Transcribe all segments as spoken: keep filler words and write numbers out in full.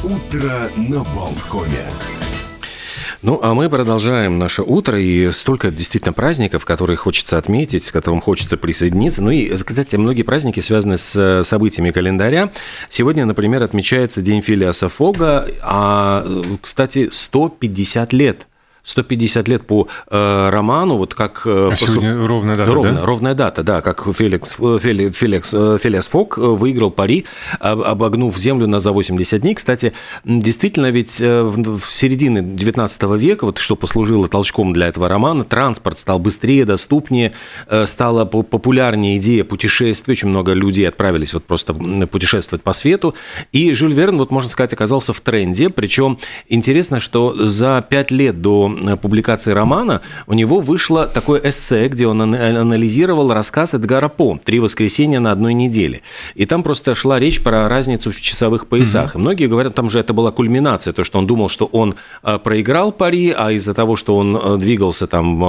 Утро на Болткоме. Ну, а мы продолжаем наше утро, и столько действительно праздников, которые хочется отметить, к которым хочется присоединиться. Ну и, кстати, многие праздники связаны с событиями календаря. Сегодня, например, отмечается День Филиаса Фога, а, кстати, сто пятьдесят лет. сто пятьдесят лет по э, роману, вот как... Э, а сегодня по... ровная дата, Ровно, да? Ровная дата, да, как Феликс, Фели, Феликс, Филиас Фог выиграл пари, обогнув Землю на за восемьдесят дней. Кстати, действительно, ведь в середине девятнадцатого века, вот что послужило толчком для этого романа, транспорт стал быстрее, доступнее, стала популярнее идея путешествий, очень много людей отправились вот просто путешествовать по свету, и Жюль Верн, вот можно сказать, оказался в тренде, причем интересно, что за пять лет до публикации романа у него вышло такое эссе, где он анализировал рассказ Эдгара По «Три воскресенья на одной неделе». И там просто шла речь про разницу в часовых поясах. Mm-hmm. И многие говорят, там же это была кульминация, то, что он думал, что он проиграл пари, а из-за того, что он двигался там,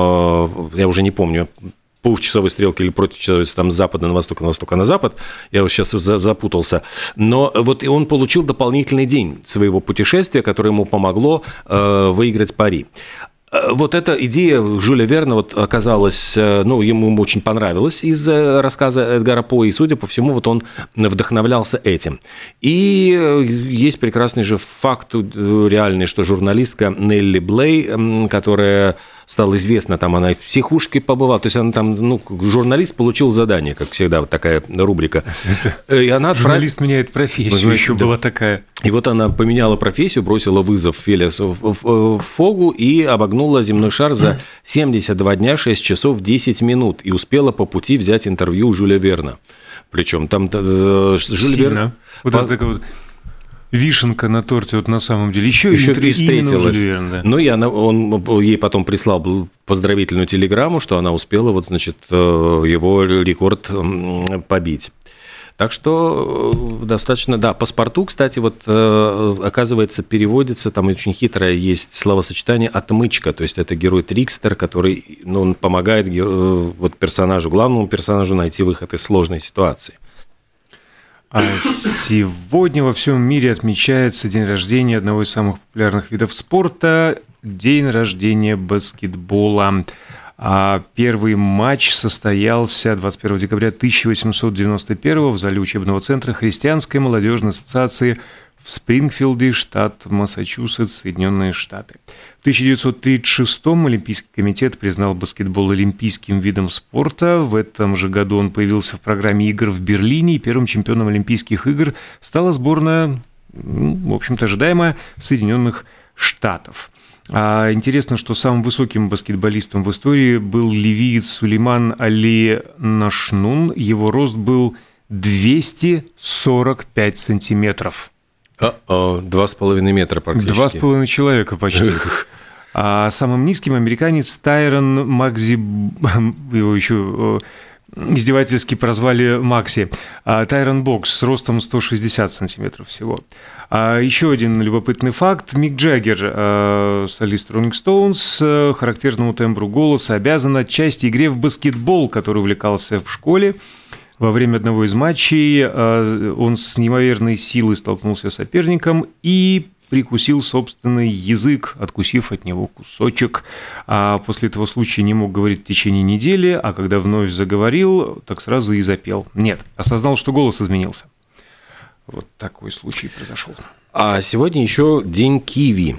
я уже не помню, по часовой стрелке или против часовой, там с запада на восток, на восток, а на запад, я вот сейчас запутался, но вот он получил дополнительный день своего путешествия, которое ему помогло э, выиграть пари. Вот эта идея Жюля Верна вот оказалась, ну, ему очень понравилась из рассказа Эдгара По, и, судя по всему, вот он вдохновлялся этим. И есть прекрасный же факт реальный, что журналистка Нелли Блей, которая стала известна, там она в психушке побывала, то есть она там, ну, журналист получил задание, как всегда, вот такая рубрика. И она журналист отправ... меняет профессию, ну, еще да. была такая. И вот она поменяла профессию, бросила вызов Филиасу Фогу и обогнула земной шар за семьдесят два дня, шесть часов, десять минут, и успела по пути взять интервью у Жюля Верна. Причем там э, Жюль Верн... Вот по... это такая вот... вишенка на торте вот на самом деле. Еще, Еще и встретилась. Верн, да. Ну, и она, он ей потом прислал поздравительную телеграмму, что она успела вот, значит, его рекорд побить. Так что достаточно, да, паспорту, кстати, вот оказывается, переводится, там очень хитрое есть словосочетание «отмычка», то есть это герой Трикстер, который, ну, он помогает вот персонажу, главному персонажу найти выход из сложной ситуации. А сегодня во всем мире отмечается день рождения одного из самых популярных видов спорта – день рождения баскетбола. А первый матч состоялся двадцать первого декабря тысяча восемьсот девяносто первого в зале учебного центра Христианской молодежной ассоциации в Спрингфилде, штат Массачусетс, Соединенные Штаты. В тысяча девятьсот тридцать шестом Олимпийский комитет признал баскетбол олимпийским видом спорта. В этом же году он появился в программе игр в Берлине, и первым чемпионом Олимпийских игр стала сборная, в общем-то, ожидаемая, Соединенных Штатов. А интересно, что самым высоким баскетболистом в истории был ливиец Сулейман Али Нашнун. Его рост был двести сорок пять сантиметров. Два с половиной метра практически. Два с половиной человека почти. А самым низким американец Тайрон Макзи, его еще издевательски прозвали Макси, Тайрон Бокс с ростом сто шестьдесят сантиметров всего. А еще один любопытный факт. Мик Джаггер, солист Rolling Stones, характерному тембру голоса обязан отчасти игре в баскетбол, который увлекался в школе. Во время одного из матчей он с неимоверной силой столкнулся с соперником и прикусил собственный язык, откусив от него кусочек. А после этого случая не мог говорить в течение недели, а когда вновь заговорил, так сразу и запел. Нет, осознал, что голос изменился. Вот такой случай произошел. А сегодня еще день киви.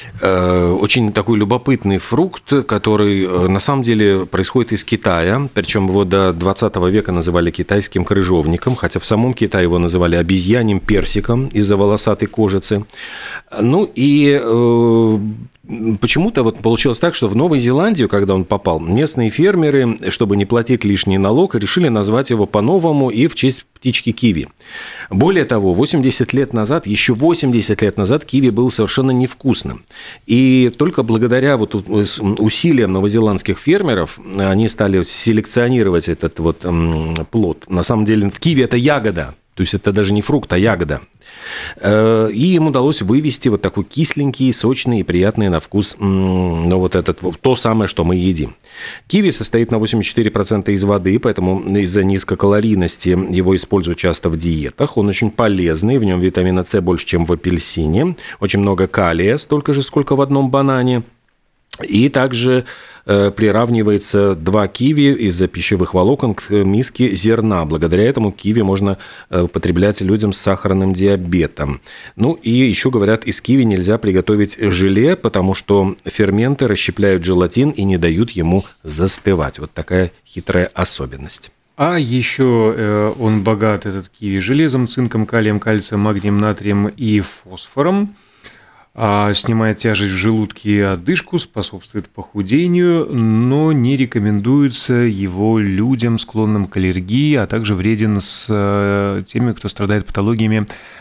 Очень такой любопытный фрукт, который на самом деле происходит из Китая, причем его до двадцатого века называли китайским крыжовником, хотя в самом Китае его называли обезьяньим персиком из-за волосатой кожицы. Ну и почему-то вот получилось так, что в Новой Зеландии, когда он попал, местные фермеры, чтобы не платить лишний налог, решили назвать его по-новому и в честь птички киви. Более того, восемьдесят лет назад, еще восемьдесят лет назад киви был совершенно невкусным. И только благодаря вот усилиям новозеландских фермеров они стали селекционировать этот вот плод. На самом деле в киви это ягода. То есть это даже не фрукт, а ягода. И им удалось вывести вот такой кисленький, сочный и приятный на вкус, ну, вот этот, то самое, что мы едим. Киви состоит на восемьдесят четыре процента из воды, поэтому из-за низкокалорийности его используют часто в диетах. Он очень полезный, в нем витамина С больше, чем в апельсине. Очень много калия, столько же, сколько в одном банане. И также э, приравнивается два киви из-за пищевых волокон к миске зерна. Благодаря этому киви можно э, употреблять людям с сахарным диабетом. Ну и еще говорят, из киви нельзя приготовить желе, потому что ферменты расщепляют желатин и не дают ему застывать. Вот такая хитрая особенность. А еще э, он богат, этот киви, железом, цинком, калием, кальцием, магнием, натрием и фосфором. Снимает тяжесть в желудке и одышку, способствует похудению, но не рекомендуется его людям, склонным к аллергии, а также вреден с теми, кто страдает патологиями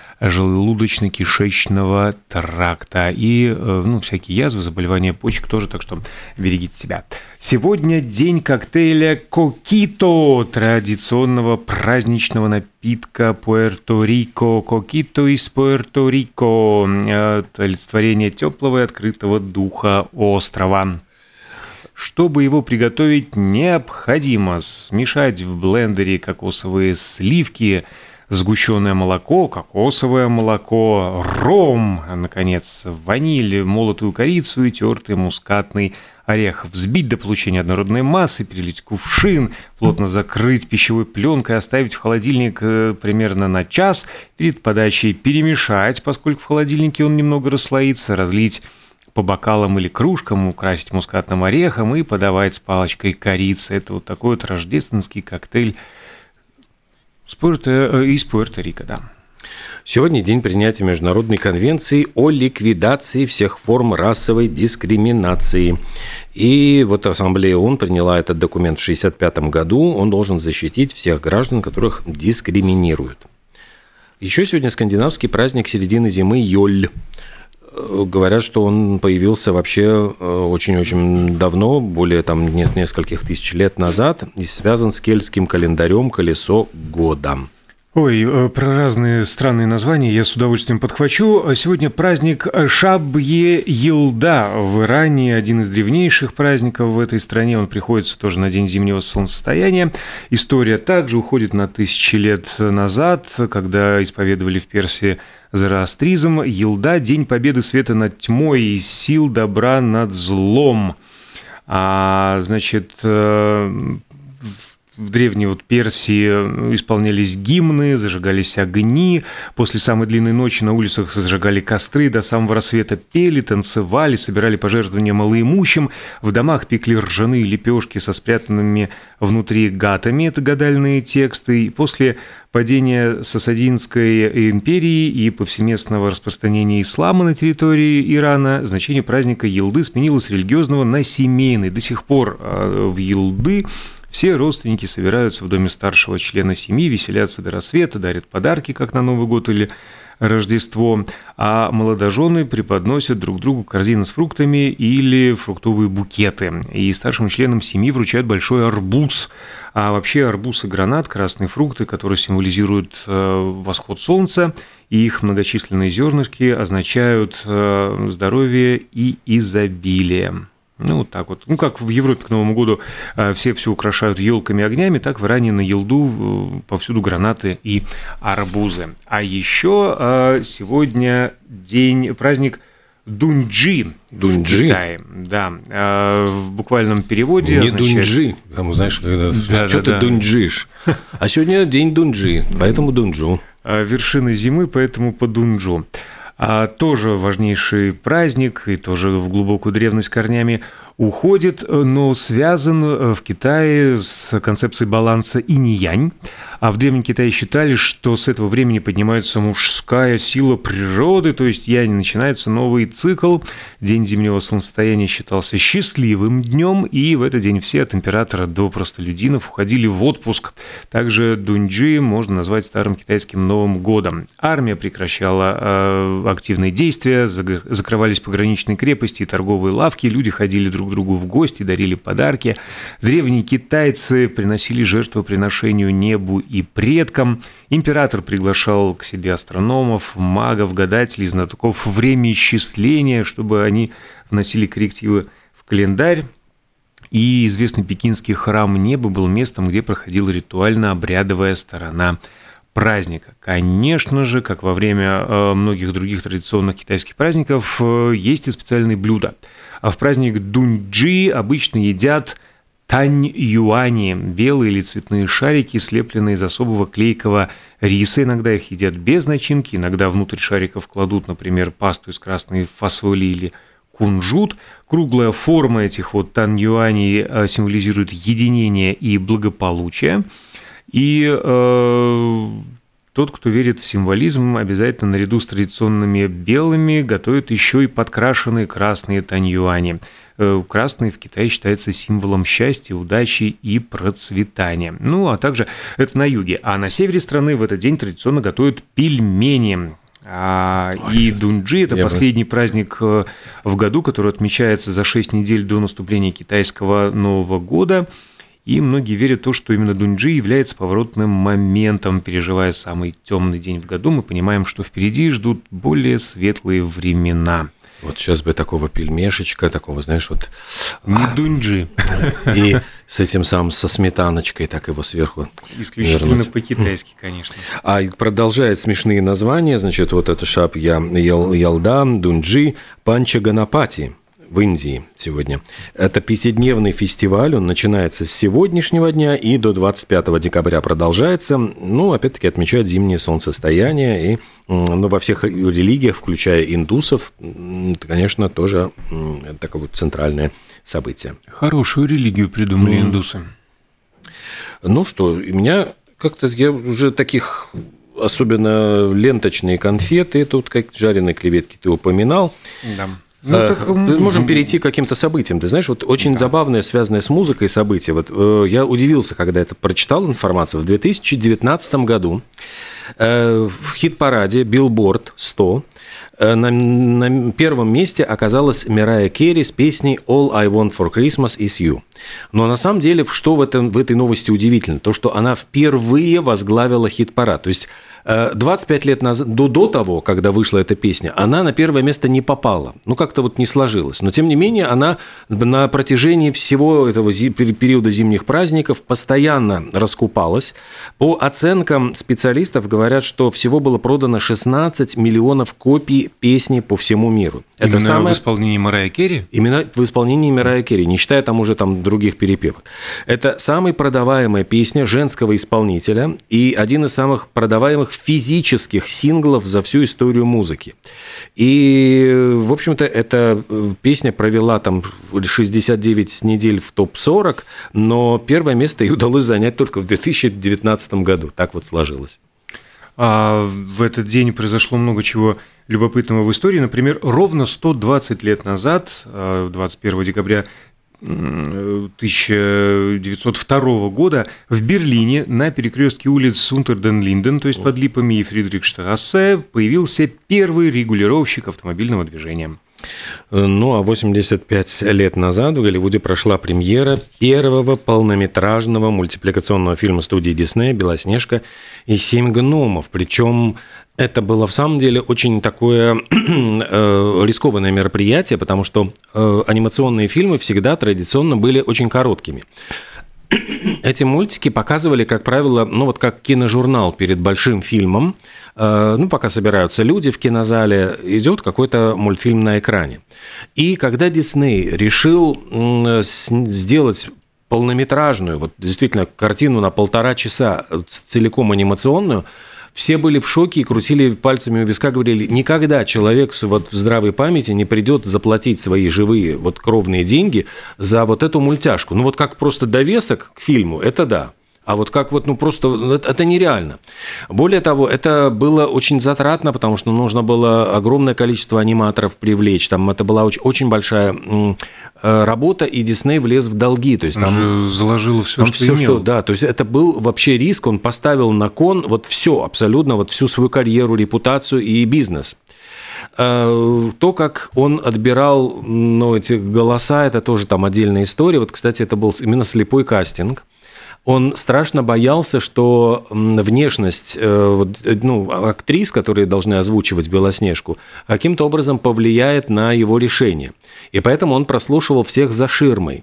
желудочно-кишечного тракта и, ну, всякие язвы, заболевания почек тоже, так что берегите себя. Сегодня день коктейля «Кокито», традиционного праздничного напитка Пуэрто-Рико. «Кокито» из Пуэрто-Рико, олицетворение теплого и открытого духа острова. Чтобы его приготовить, необходимо смешать в блендере кокосовые сливки, сгущенное молоко, кокосовое молоко, ром, наконец, ваниль, молотую корицу и тертый мускатный орех. Взбить до получения однородной массы, перелить в кувшин, плотно закрыть пищевой пленкой, оставить в холодильник примерно на час. Перед подачей перемешать, поскольку в холодильнике он немного расслоится, разлить по бокалам или кружкам, украсить мускатным орехом и подавать с палочкой корицы. Это вот такой вот рождественский коктейль из Пуэрто-Рико, да. Сегодня день принятия Международной конвенции о ликвидации всех форм расовой дискриминации. И вот Ассамблея ООН приняла этот документ в шестьдесят пятом году. Он должен защитить всех граждан, которых дискриминируют. Еще сегодня скандинавский праздник середины зимы Йоль. Говорят, что он появился вообще очень-очень давно, более там нескольких тысяч лет назад, и связан с кельтским календарем «Колесо года». Ой, про разные странные названия я с удовольствием подхвачу. Сегодня праздник Шаб-е-Йилда в Иране, один из древнейших праздников в этой стране. Он приходится тоже на день зимнего солнцестояния. История также уходит на тысячи лет назад, когда исповедовали в Персии зороастризм. Йилда – день победы света над тьмой и сил добра над злом. А, значит, в древней вот Персии исполнялись гимны, зажигались огни. После самой длинной ночи на улицах зажигали костры, до самого рассвета пели, танцевали, собирали пожертвования малоимущим. В домах пекли ржаные лепешки со спрятанными внутри гатами, это гадальные тексты. И после падения Сасанидской империи и повсеместного распространения ислама на территории Ирана значение праздника Йилды сменилось с религиозного на семейный. До сих пор в Йилды все родственники собираются в доме старшего члена семьи, веселятся до рассвета, дарят подарки, как на Новый год или Рождество, а молодожены преподносят друг другу корзины с фруктами или фруктовые букеты. И старшим членам семьи вручают большой арбуз. А вообще арбуз и гранат – красные фрукты, которые символизируют восход солнца, и их многочисленные зернышки означают здоровье и изобилие. Ну, вот так вот. Ну, как в Европе к Новому году все все украшают елками и огнями, так в Иране на Йилду повсюду гранаты и арбузы. А еще сегодня день, праздник Дунджи. Дунджи? В Китае. Да. В буквальном переводе Не означает... Дунджи. Там, знаешь, когда... Да, что да, ты да. дунджишь? А сегодня день Дунджи, поэтому Дунджу. Вершины зимы, поэтому по Дунджу. А тоже важнейший праздник и тоже в глубокую древность корнями уходит, но связан в Китае с концепцией баланса инь-янь. А в Древнем Китае считали, что с этого времени поднимается мужская сила природы, то есть янь, начинается новый цикл. День зимнего солнцестояния считался счастливым днем, и в этот день все, от императора до простолюдинов, уходили в отпуск. Также Дунджи можно назвать старым китайским Новым годом. Армия прекращала э, активные действия, закрывались пограничные крепости и торговые лавки, люди ходили друг друг другу в гости, дарили подарки. Древние китайцы приносили жертвоприношению небу и предкам. Император приглашал к себе астрономов, магов, гадателей, знатоков времяисчисления, чтобы они вносили коррективы в календарь. И известный пекинский храм неба был местом, где проходила ритуально-обрядовая сторона праздника. Конечно же, как во время многих других традиционных китайских праздников, есть и специальные блюда. А в праздник Дуньчжи обычно едят тань-юани, белые или цветные шарики, слепленные из особого клейкого риса. Иногда их едят без начинки, иногда внутрь шариков кладут, например, пасту из красной фасоли или кунжут. Круглая форма этих вот тань-юаней символизирует единение и благополучие. И э, тот, кто верит в символизм, обязательно наряду с традиционными белыми готовит еще и подкрашенные красные тань-юани. Э, красный в Китае считается символом счастья, удачи и процветания. Ну, а также это на юге. А на севере страны в этот день традиционно готовят пельмени. А, и Дуньчжи – это последний бы... праздник в году, который отмечается за шесть недель до наступления китайского Нового года. И многие верят в то, что именно Дуньчжи является поворотным моментом. Переживая самый темный день в году, мы понимаем, что впереди ждут более светлые времена. Вот сейчас бы такого пельмешечка, такого, знаешь, вот... Не Дуньчжи. И с этим самым, со сметаночкой, так его сверху исключительно вернуть. По-китайски, конечно. А продолжает смешные названия, значит, вот это шап Ялда, Дуньчжи, Панчаганапати в Индии сегодня. Это пятидневный фестиваль, он начинается с сегодняшнего дня и до двадцать пятого декабря продолжается. Ну, опять-таки, отмечают зимнее солнцестояние. И ну, во всех религиях, включая индусов, это, конечно, тоже такое вот центральное событие. Хорошую религию придумали mm. индусы. Ну что, у меня как-то, я уже таких... Особенно ленточные конфеты, тут как жареные креветки ты упоминал. Да. Ну, так... Можем перейти к каким-то событиям. Ты знаешь, вот очень да. забавное, связанное с музыкой событие. Вот, э, я удивился, когда это прочитал информацию. В две тысячи девятнадцатом году э, в хит-параде Billboard сто э, на, на первом месте оказалась Мэрайя Керри с песней «All I Want for Christmas is You». Но на самом деле, что в, этом, в этой новости удивительно? То, что она впервые возглавила хит-парад. То есть двадцать пять лет назад, до, до того, когда вышла эта песня, она на первое место не попала. Ну, как-то вот не сложилось. Но, тем не менее, она на протяжении всего этого периода зимних праздников постоянно раскупалась. По оценкам специалистов говорят, что всего было продано шестнадцать миллионов копий песни по всему миру. Это именно самое... в исполнении Мэрайи Керри? Именно в исполнении Мэрайи Керри, не считая там уже там других перепевок. Это самая продаваемая песня женского исполнителя и один из самых продаваемых физических синглов за всю историю музыки. И, в общем-то, эта песня провела там шестьдесят девять недель в топ сорок, но первое место ей удалось занять только в две тысячи девятнадцатом году. Так вот сложилось. А в этот день произошло много чего любопытного в истории. Например, ровно сто двадцать лет назад, двадцать первого декабря тысяча девятьсот второго года, в Берлине на перекрестке улиц Унтерден-Линден, то есть под Липами и Фридрихштрассе, появился первый регулировщик автомобильного движения. Ну, а восемьдесят пять лет назад в Голливуде прошла премьера первого полнометражного мультипликационного фильма студии Диснея «Белоснежка и семь гномов». Причем это было в самом деле очень такое э, рискованное мероприятие, потому что э, анимационные фильмы всегда традиционно были очень короткими. Эти мультики показывали, как правило, ну вот как киножурнал перед большим фильмом. Ну, пока собираются люди в кинозале, идет какой-то мультфильм на экране. И когда Дисней решил сделать полнометражную, вот действительно картину на полтора часа, целиком анимационную, все были в шоке и крутили пальцами у виска, говорили, никогда человек вот в здравой памяти не придет заплатить свои живые вот кровные деньги за вот эту мультяшку. Ну вот как просто довесок к фильму, это да. А вот как вот, ну просто, это нереально. Более того, это было очень затратно, потому что нужно было огромное количество аниматоров привлечь. Там это была очень, очень большая работа, и Дисней влез в долги. То есть он там же заложил все, там что все, имел. Что, да, то есть это был вообще риск, он поставил на кон вот все, абсолютно, вот всю свою карьеру, репутацию и бизнес. То, как он отбирал, ну, эти голоса, это тоже там отдельная история. Вот, кстати, это был именно слепой кастинг. Он страшно боялся, что внешность ну, актрис, которые должны озвучивать Белоснежку, каким-то образом повлияет на его решение. И поэтому он прослушивал всех за ширмой.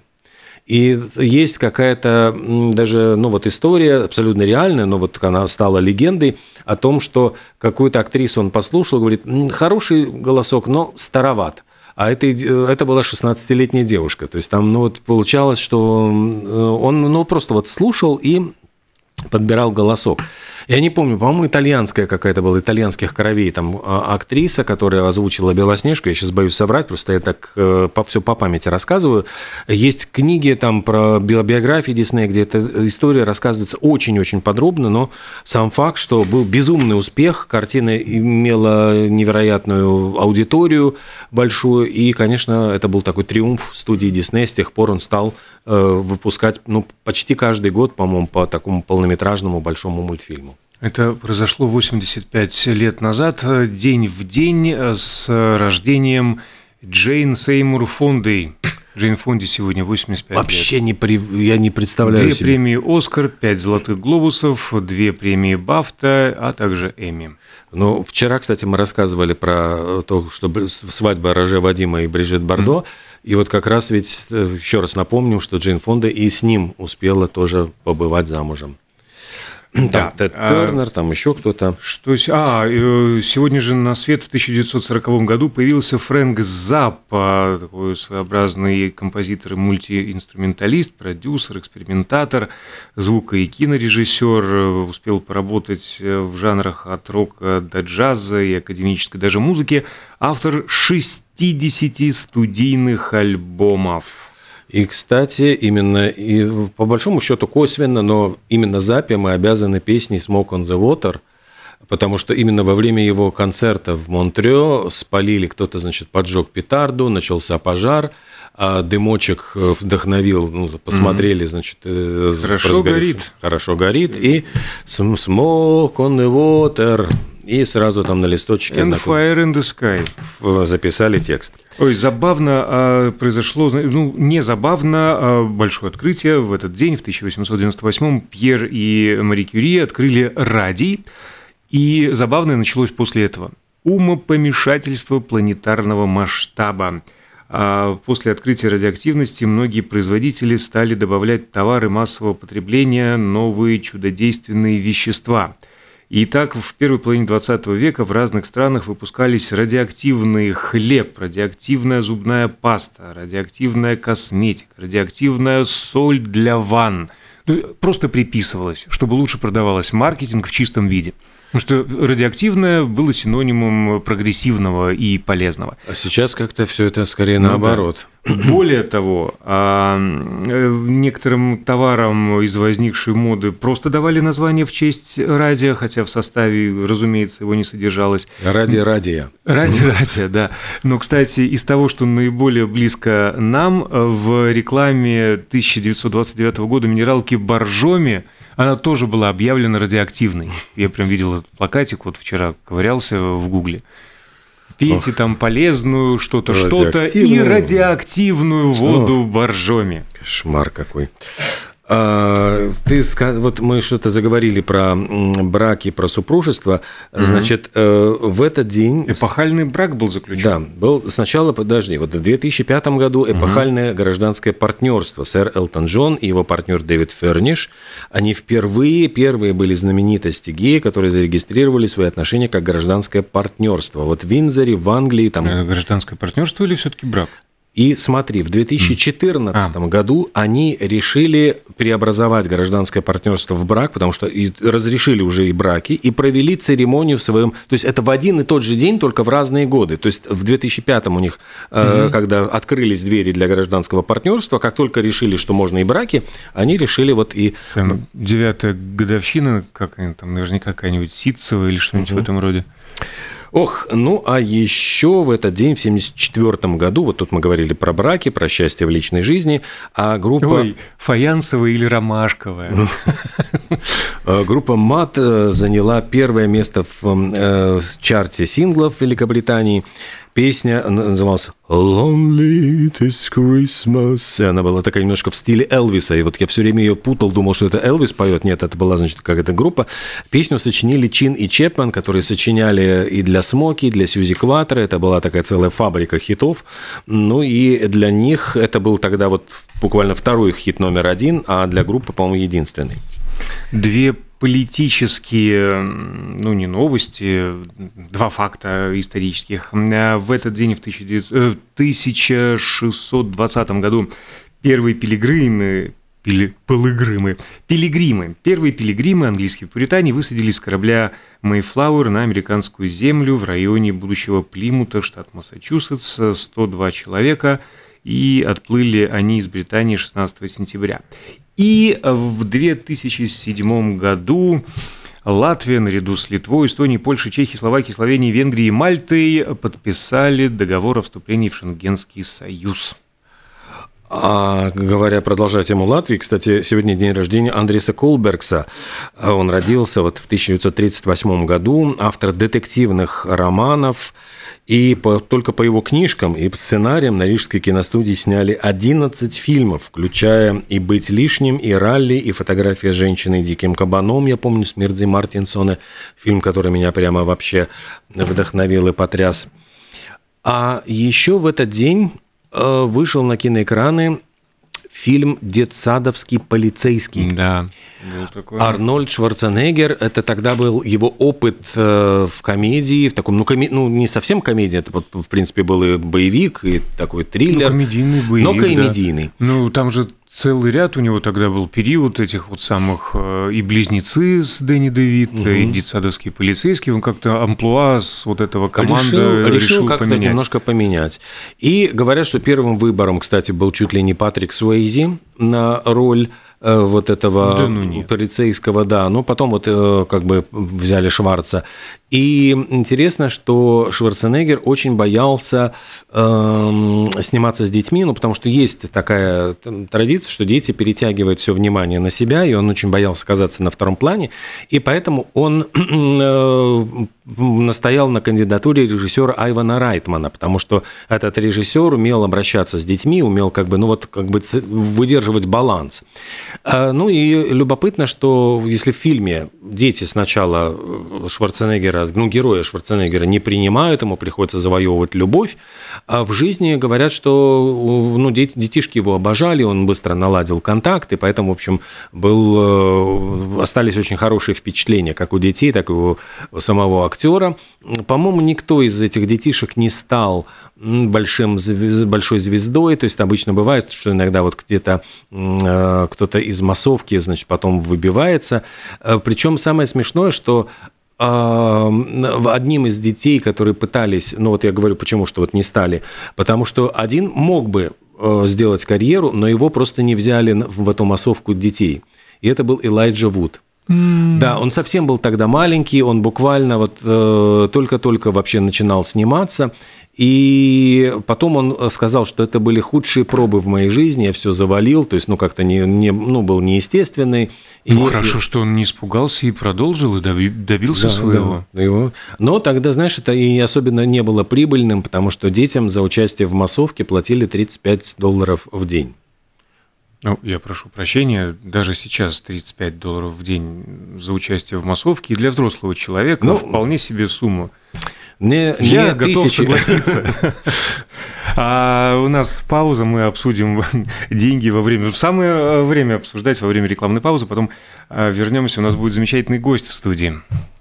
И есть какая-то даже, ну вот история абсолютно реальная, но вот она стала легендой о том, что какую-то актрису он послушал, говорит, хороший голосок, но староват. А это, это была шестнадцатилетняя девушка. То есть там, ну вот получалось, что он, ну просто вот слушал и подбирал голосок. Я не помню, по-моему, итальянская какая-то была, итальянских кровей, там актриса, которая озвучила Белоснежку, я сейчас боюсь соврать, просто я так по, все по памяти рассказываю. Есть книги там про биографии Диснея, где эта история рассказывается очень-очень подробно, но сам факт, что был безумный успех, картина имела невероятную аудиторию большую, и, конечно, это был такой триумф студии Диснея, с тех пор он стал выпускать ну, почти каждый год, по-моему, по такому полнометражному большому мультфильму. Это произошло восемьдесят пять лет назад, день в день с рождением Джейн Сеймур Фонды. Джейн Фонди сегодня восемьдесят пять Вообще лет. не при... я не представляю Две себе. премии «Оскар», пять «Золотых глобусов», две премии «Бафта», а также «Эмми». Ну, вчера, кстати, мы рассказывали про то, что свадьба Роже Вадима и Брижит Бардо, mm. и вот как раз ведь, еще раз напомним, что Джейн Фонда и с ним успела тоже побывать замужем. Там да. Тед Тернер, там еще кто-то. Что... А, сегодня же на свет в тысяча девятьсот сороковом году появился Фрэнк Заппа, такой своеобразный композитор и мультиинструменталист, продюсер, экспериментатор, звуко- и кинорежиссер, успел поработать в жанрах от рока до джаза и академической даже музыки, автор шестидесяти студийных альбомов. И, кстати, именно, и по большому счету косвенно, но именно Заппе мы обязаны песней «Smoke on the Water», потому что именно во время его концерта в Монтрео спалили, кто-то, значит, поджег петарду, начался пожар, а дымочек вдохновил, ну, посмотрели, значит... Хорошо горит. Хорошо горит, и «Smoke on the Water», и сразу там на листочке... And fire in the sky. Записали текст. Ой, забавно а, произошло, ну, не забавно, а большое открытие. В этот день, в тысяча восемьсот девяносто восьмом, Пьер и Мари Кюри открыли радий, и забавное началось после этого. Умопомешательство планетарного масштаба. А после открытия радиоактивности многие производители стали добавлять в товары массового потребления новые чудодейственные вещества. И так в первой половине двадцатого века в разных странах выпускались радиоактивный хлеб, радиоактивная зубная паста, радиоактивная косметика, радиоактивная соль для ванн. Просто приписывалось, чтобы лучше продавалось, маркетинг в чистом виде. Потому что радиоактивное было синонимом прогрессивного и полезного. А сейчас как-то все это скорее ну, наоборот. Да. Более того, некоторым товарам из возникшей моды просто давали название в честь радия, хотя в составе, разумеется, его не содержалось. Ради-радия. Ради-радия, да. Но, кстати, из того, что наиболее близко нам, в рекламе тысяча девятьсот двадцать девятого года минералки Боржоми она тоже была объявлена радиоактивной. Я прям видел этот плакатик, вот вчера ковырялся в Гугле. Пейте Ох. там полезную что-то, что-то и радиоактивную воду Боржоми. Кошмар какой. А, ты, вот мы что-то заговорили про браки, про супружество. Mm-hmm. Значит, в этот день... Эпохальный брак был заключен. Да, был сначала, подожди, вот в две тысячи пятом году эпохальное mm-hmm. гражданское партнерство. Сэр Элтон Джон и его партнер Дэвид Ферниш, они впервые, первые были знаменитости геи, которые зарегистрировали свои отношения как гражданское партнерство. Вот в Виндзоре, в Англии... Там... Гражданское партнерство или все-таки брак? И смотри, в две тысячи четырнадцатом а. году они решили преобразовать гражданское партнерство в брак, потому что и разрешили уже и браки, и провели церемонию в своем... То есть это в один и тот же день, только в разные годы. То есть в две тысячи пятом у них, mm-hmm. когда открылись двери для гражданского партнерства, как только решили, что можно и браки, они решили вот и... Там девятая годовщина, как они там, наверняка какая-нибудь Ситцева или что-нибудь mm-hmm. в этом роде. Ох, ну а еще в этот день, в семьдесят четвёртом году, вот тут мы говорили про браки, про счастье в личной жизни, а группа... Ой, фаянсовая или ромашковая. Группа МАД заняла первое место в чарте синглов в Великобритании. Песня называлась «Lonely This Christmas». Она была такая немножко в стиле Элвиса. И вот я все время ее путал, думал, что это Элвис поет. Нет, это была, значит, какая-то группа. Песню сочинили Чин и Чепман, которые сочиняли и для Смоки, и для Сьюзи Кватро. Это была такая целая фабрика хитов. Ну и для них это был тогда вот буквально второй хит номер один, а для группы, по-моему, единственный. Две политические, ну, не новости, два факта исторических. В этот день, в тысяча шестьсот двадцатом году, первые пилигримы, пили, пилигримы, пилигримы, первые пилигримы, английские пуритане, высадились с корабля Mayflower на американскую землю в районе будущего Плимута, штат Массачусетс, сто два человека, и отплыли они из Британии шестнадцатого сентября. И в две тысячи седьмом году Латвия, наряду с Литвой, Эстонией, Польшей, Чехией, Словакией, Словенией, Венгрией и Мальтой подписали договор о вступлении в Шенгенский союз. А говоря, продолжая тему Латвии, кстати, сегодня день рождения Андриса Колбергса. Он родился вот в тысяча девятьсот тридцать восьмом году, автор детективных романов. И по, только по его книжкам и сценариям на Рижской киностудии сняли одиннадцать фильмов, включая «И быть лишним», и «Ралли», и «Фотография с женщиной диким кабаном», я помню, с Мирдзи Мартинсона, фильм, который меня прямо вообще вдохновил и потряс. А еще в этот день вышел на киноэкраны фильм «Детсадовский полицейский». Да, был такой. Арнольд Шварценеггер, это тогда был его опыт в комедии, в таком, ну, коми... ну не совсем комедия, это, в принципе, был и боевик, и такой триллер. Ну, комедийный боевик, но комедийный. Да. Ну, там же целый ряд у него тогда был период этих вот самых и «Близнецы» с Дэнни Девит, угу. и «Детсадовский полицейский», он как-то амплуа с вот этого команды решил, решил, решил как-то поменять. немножко поменять. И говорят, что первым выбором, кстати, был чуть ли не Патрик Суэйзи на роль вот этого да, ну полицейского, да, но потом вот как бы взяли Шварца. И интересно, что Шварценеггер очень боялся э, сниматься с детьми, ну, потому что есть такая традиция, что дети перетягивают все внимание на себя, и он очень боялся оказаться на втором плане, и поэтому он э, настоял на кандидатуре режиссера Айвана Райтмана, потому что этот режиссер умел обращаться с детьми, умел как бы, ну, вот, как бы выдерживать баланс. Ну и любопытно, что если в фильме дети сначала Шварценеггера, ну, героя Шварценеггера не принимают, ему приходится завоевывать любовь, а в жизни говорят, что ну, детишки его обожали, он быстро наладил контакт, и поэтому, в общем, был, остались очень хорошие впечатления как у детей, так и у самого актера. По-моему, никто из этих детишек не стал большим, большой звездой, то есть обычно бывает, что иногда вот где-то э, кто-то из массовки, значит, потом выбивается. Причем самое смешное, что одним из детей, которые пытались, ну вот я говорю, почему, что вот не стали, потому что один мог бы сделать карьеру, но его просто не взяли в эту массовку детей. И это был Элайджа Вуд. Mm. Да, он совсем был тогда маленький, он буквально вот э, только-только вообще начинал сниматься, и потом он сказал, что это были худшие пробы в моей жизни, я все завалил, то есть, ну, как-то не, не, ну, был неестественный. Ну, и, хорошо, и... что он не испугался и продолжил, и добился да, своего. Да, его. Но тогда, знаешь, это и особенно не было прибыльным, потому что детям за участие в массовке платили тридцать пять долларов в день. Ну, я прошу прощения, даже сейчас тридцать пять долларов в день за участие в массовке для взрослого человека ну, вполне себе сумма. Не, я не готов тысячи. согласиться. А у нас пауза, мы обсудим деньги во время... Самое время обсуждать во время рекламной паузы, потом вернемся, у нас будет замечательный гость в студии.